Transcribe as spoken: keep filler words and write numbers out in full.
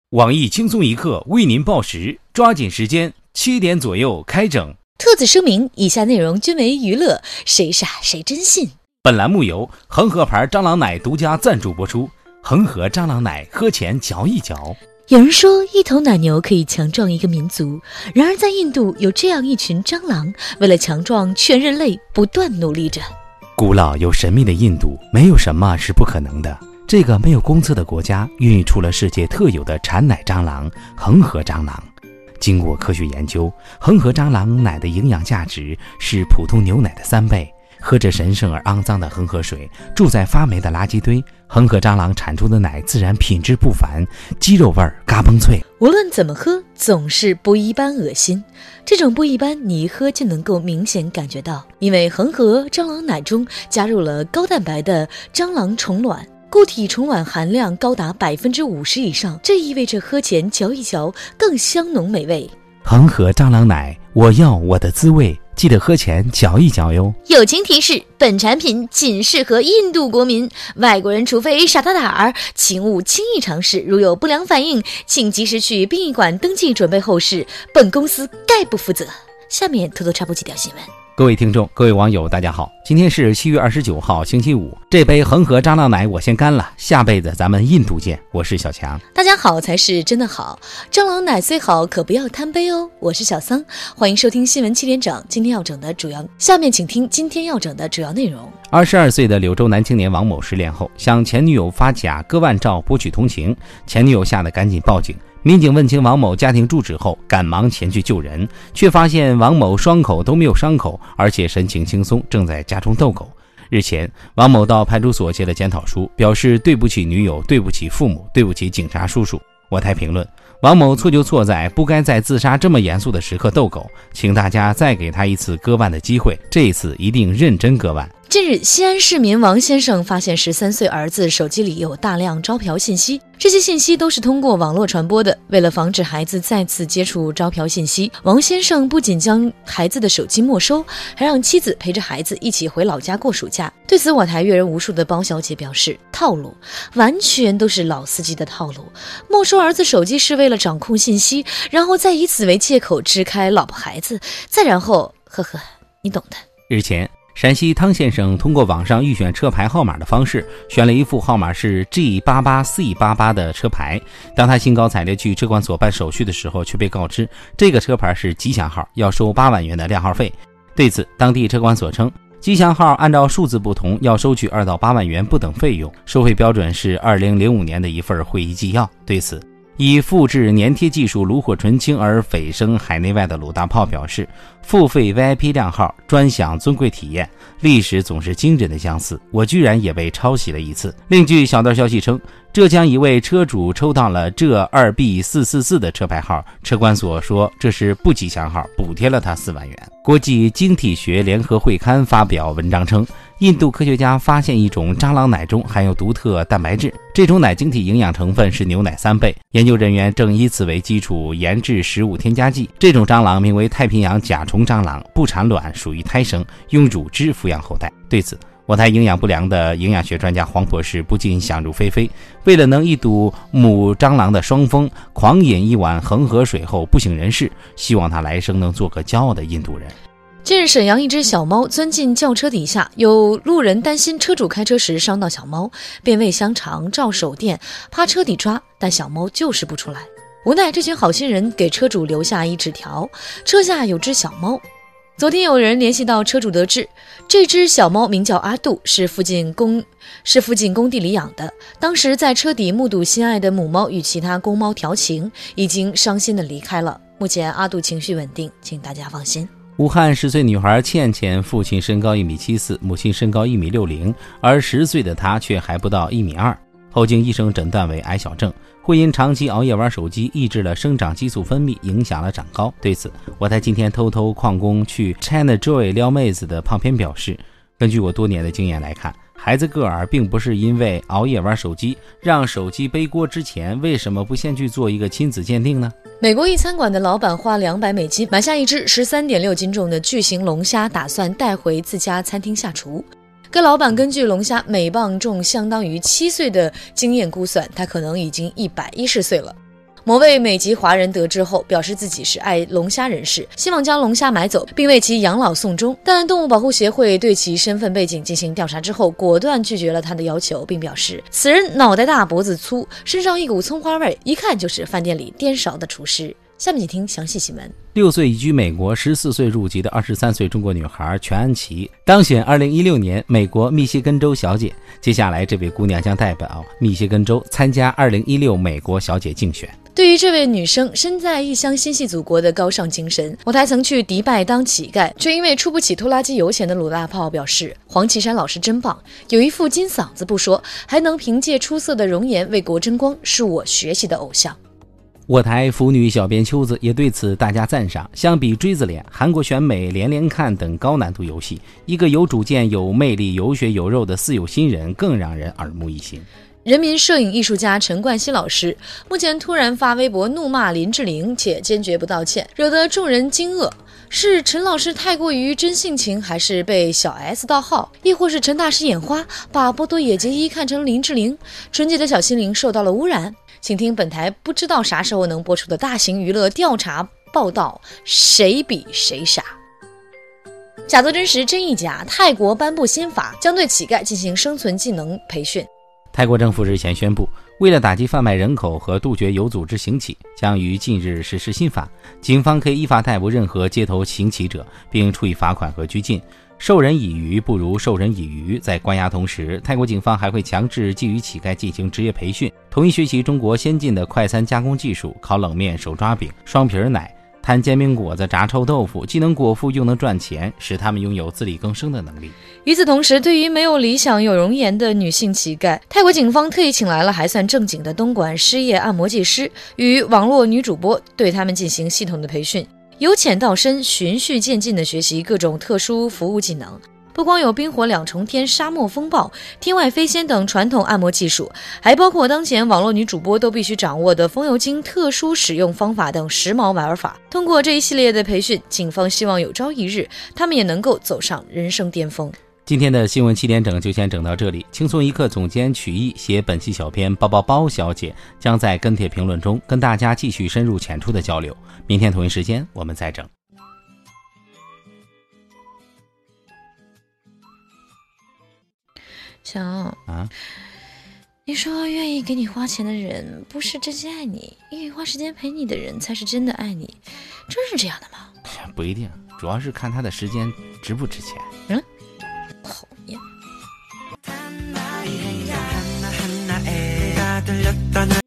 网易轻松一刻为您报时，抓紧时间，七点左右开整。 特此声明，以下内容均为娱乐，谁傻谁真信。 本栏目由恒河牌蟑螂奶独家赞助播出。恒河蟑螂奶，喝前嚼一嚼。 有人说一头奶牛可以强壮一个民族，然而在印度有这样一群蟑螂，为了强壮全人类不断努力着。 古老又神秘的印度，没有什么是不可能的。这个没有公厕的国家孕育出了世界特有的产奶蟑螂恒河蟑螂。经过科学研究，恒河蟑螂奶的营养价值是普通牛奶的三倍。喝着神圣而肮脏的恒河水，住在发霉的垃圾堆，恒河蟑螂产出的奶自然品质不凡，鸡肉味儿嘎嘣脆。 无论怎么喝，总是不一般恶心。这种不一般，你一喝就能够明显感觉到，因为恒河蟑螂奶中加入了高蛋白的蟑螂虫卵。固体虫卵含量高达百分之五十以上，这意味着喝前嚼一嚼更香浓美味。 恒河蟑螂奶，我要我的滋味，记得喝前嚼一嚼哟。 友情提示：本产品仅适合印度国民，外国人除非傻大胆儿，请勿轻易尝试。如有不良反应，请及时去殡仪馆登记准备后事，本公司概不负责。下面偷偷插播几条新闻。 各位听众，各位网友，大家好，今天是七月二十九号，星期五。这杯恒河蟑螂奶我先干了，下辈子咱们印度见。我是小强。 大家好才是真的好，蟑螂奶虽好，可不要贪杯哦。我是小桑，欢迎收听新闻七点整。今天要整的主要，下面请听今天要整的主要内容。 二十二岁的柳州男青年王某失恋后，向前女友发假割腕照博取同情，前女友吓得赶紧报警。民警问清王某家庭住址后，赶忙前去救人，却发现王某双口都没有伤口，而且神情轻松，正在家中逗狗。日前，王某到派出所写了检讨书，表示对不起女友，对不起父母，对不起警察叔叔。我台评论：王某错就错在不该在自杀这么严肃的时刻逗狗，请大家再给他一次割腕的机会，这一次一定认真割腕。 近日，西安市民王先生发现十三岁儿子手机里有大量招嫖信息，这些信息都是通过网络传播的。为了防止孩子再次接触招嫖信息，王先生不仅将孩子的手机没收，还让妻子陪着孩子一起回老家过暑假。对此，我台阅人无数的包小姐表示，套路完全都是老司机的套路。没收儿子手机是为了掌控信息，然后再以此为借口支开老婆孩子，再然后呵呵，你懂的。 日前，陕西汤先生通过网上预选车牌号码的方式，选了一副号码是 G 八八 C 八八 的车牌。当他兴高采烈去车管所办手续的时候，却被告知这个车牌是吉祥号，要收八万元的靓号费。对此，当地车管所称，吉祥号按照数字不同，要收取二到八万元不等费用，收费标准是二零零五年的一份会议纪要。对此，以复制粘贴技术炉火纯青而蜚声海内外的鲁大炮表示，付费 V I P 靓号，专享尊贵体验，历史总是惊人的相似，我居然也被抄袭了一次。另据小道消息称，浙江一位车主抽到了浙 二 B 四四四 的车牌号，车管所说这是不吉祥号，补贴了他四万元。国际晶体学联合会刊发表文章称，印度科学家发现一种蟑螂奶中含有独特蛋白质，这种奶晶体营养成分是牛奶三倍，研究人员正以此为基础研制食物添加剂。这种蟑螂名为太平洋甲虫蟑螂，不产卵，属于胎生，用乳汁抚养后代。对此，我台营养不良的营养学专家黄博士不禁想入非非，为了能一睹母蟑螂的双峰，狂饮一碗恒河水后不省人事，希望他来生能做个骄傲的印度人。 近日，沈阳一只小猫钻进轿车底下，有路人担心车主开车时伤到小猫，便喂香肠、照手电，趴车底抓，但小猫就是不出来。无奈这群好心人给车主留下一纸条，车下有只小猫。昨天有人联系到车主，得知这只小猫名叫阿杜，是附近工是附近工地里养的。当时在车底目睹心爱的母猫与其他公猫调情，已经伤心的离开了。目前阿杜情绪稳定，请大家放心。 武汉十岁女孩倩倩，父亲身高一米七四，母亲身高一米六零，而十岁的她却还不到一米二。后经医生诊断为矮小症，会因长期熬夜玩手机，抑制了生长激素分泌，影响了长高。对此，我台今天偷偷旷工去 China Joy 撩妹子的胖片表示，根据我多年的经验来看，孩子个儿并不是因为熬夜玩手机，让手机背锅之前，为什么不先去做一个亲子鉴定呢？ 美国一餐馆的老板花两百美金买下一只 十三点六斤重的巨型龙虾，打算带回自家餐厅下厨。该老板根据龙虾每磅重相当于七岁的经验估算，他可能已经一百一十岁了。 某位美籍华人得知后，表示自己是爱龙虾人士，希望将龙虾买走，并为其养老送终。但动物保护协会对其身份背景进行调查之后，果断拒绝了他的要求，并表示此人脑袋大脖子粗，身上一股葱花味，一看就是饭店里颠勺的厨师。下面请听详细新闻。 六岁移居美国，十四岁入籍的二十三岁中国女孩全安琪当选二零一六年美国密歇根州小姐。接下来，这位姑娘将代表密歇根州参加二零一六美国小姐竞选。 对于这位女生身在异乡心系祖国的高尚精神，我台曾去迪拜当乞丐，却因为出不起拖拉机油钱的鲁大炮表示，黄绮珊老师真棒，有一副金嗓子不说，还能凭借出色的容颜为国争光，是我学习的偶像。 我台腐女小编秋子也对此大加赞赏。相比锥子脸、韩国选美、连连看等高难度游戏，一个有主见、有魅力、有血有肉的似有新人更让人耳目一新。 人民摄影艺术家陈冠希老师目前突然发微博怒骂林志玲，且坚决不道歉，惹得众人惊愕。是陈老师太过于真性情，还是被小 S 盗号，亦或是陈大师眼花，把波多野结衣看成林志玲，纯洁的小心灵受到了污染？请听本台不知道啥时候能播出的大型娱乐调查报道，谁比谁傻。假作真实真亦假，泰国颁布新法，将对乞丐进行生存技能培训。 泰国政府日前宣布，为了打击贩卖人口和杜绝有组织行乞，将于近日实施新法，警方可以依法逮捕任何街头行乞者，并处以罚款和拘禁。授人以鱼不如授人以渔，在关押同时，泰国警方还会强制寄予乞丐进行职业培训，统一学习中国先进的快餐加工技术，烤冷面、手抓饼、双皮奶、摊煎饼果子、炸臭豆腐，既能果腹又能赚钱，使他们拥有自力更生的能力。 与此同时，对于没有理想有容颜的女性乞丐，泰国警方特意请来了还算正经的东莞失业按摩技师与网络女主播，对他们进行系统的培训，由浅到深，循序渐进地学习各种特殊服务技能。不光有冰火两重天、沙漠风暴、天外飞仙等传统按摩技术，还包括当前网络女主播都必须掌握的风油精特殊使用方法等时髦玩法。通过这一系列的培训，警方希望有朝一日他们也能够走上人生巅峰。 今天的新闻七点整就先整到这里。轻松一刻总监曲艺携本期小编包包包小姐将在跟帖评论中跟大家继续深入浅出的交流。明天同一时间我们再整。 小啊， 你说愿意给你花钱的人不是真心爱你，愿意花时间陪你的人才是真的爱你，真是这样的吗？ 不一定，主要是看他的时间值不值钱。 嗯，讨厌。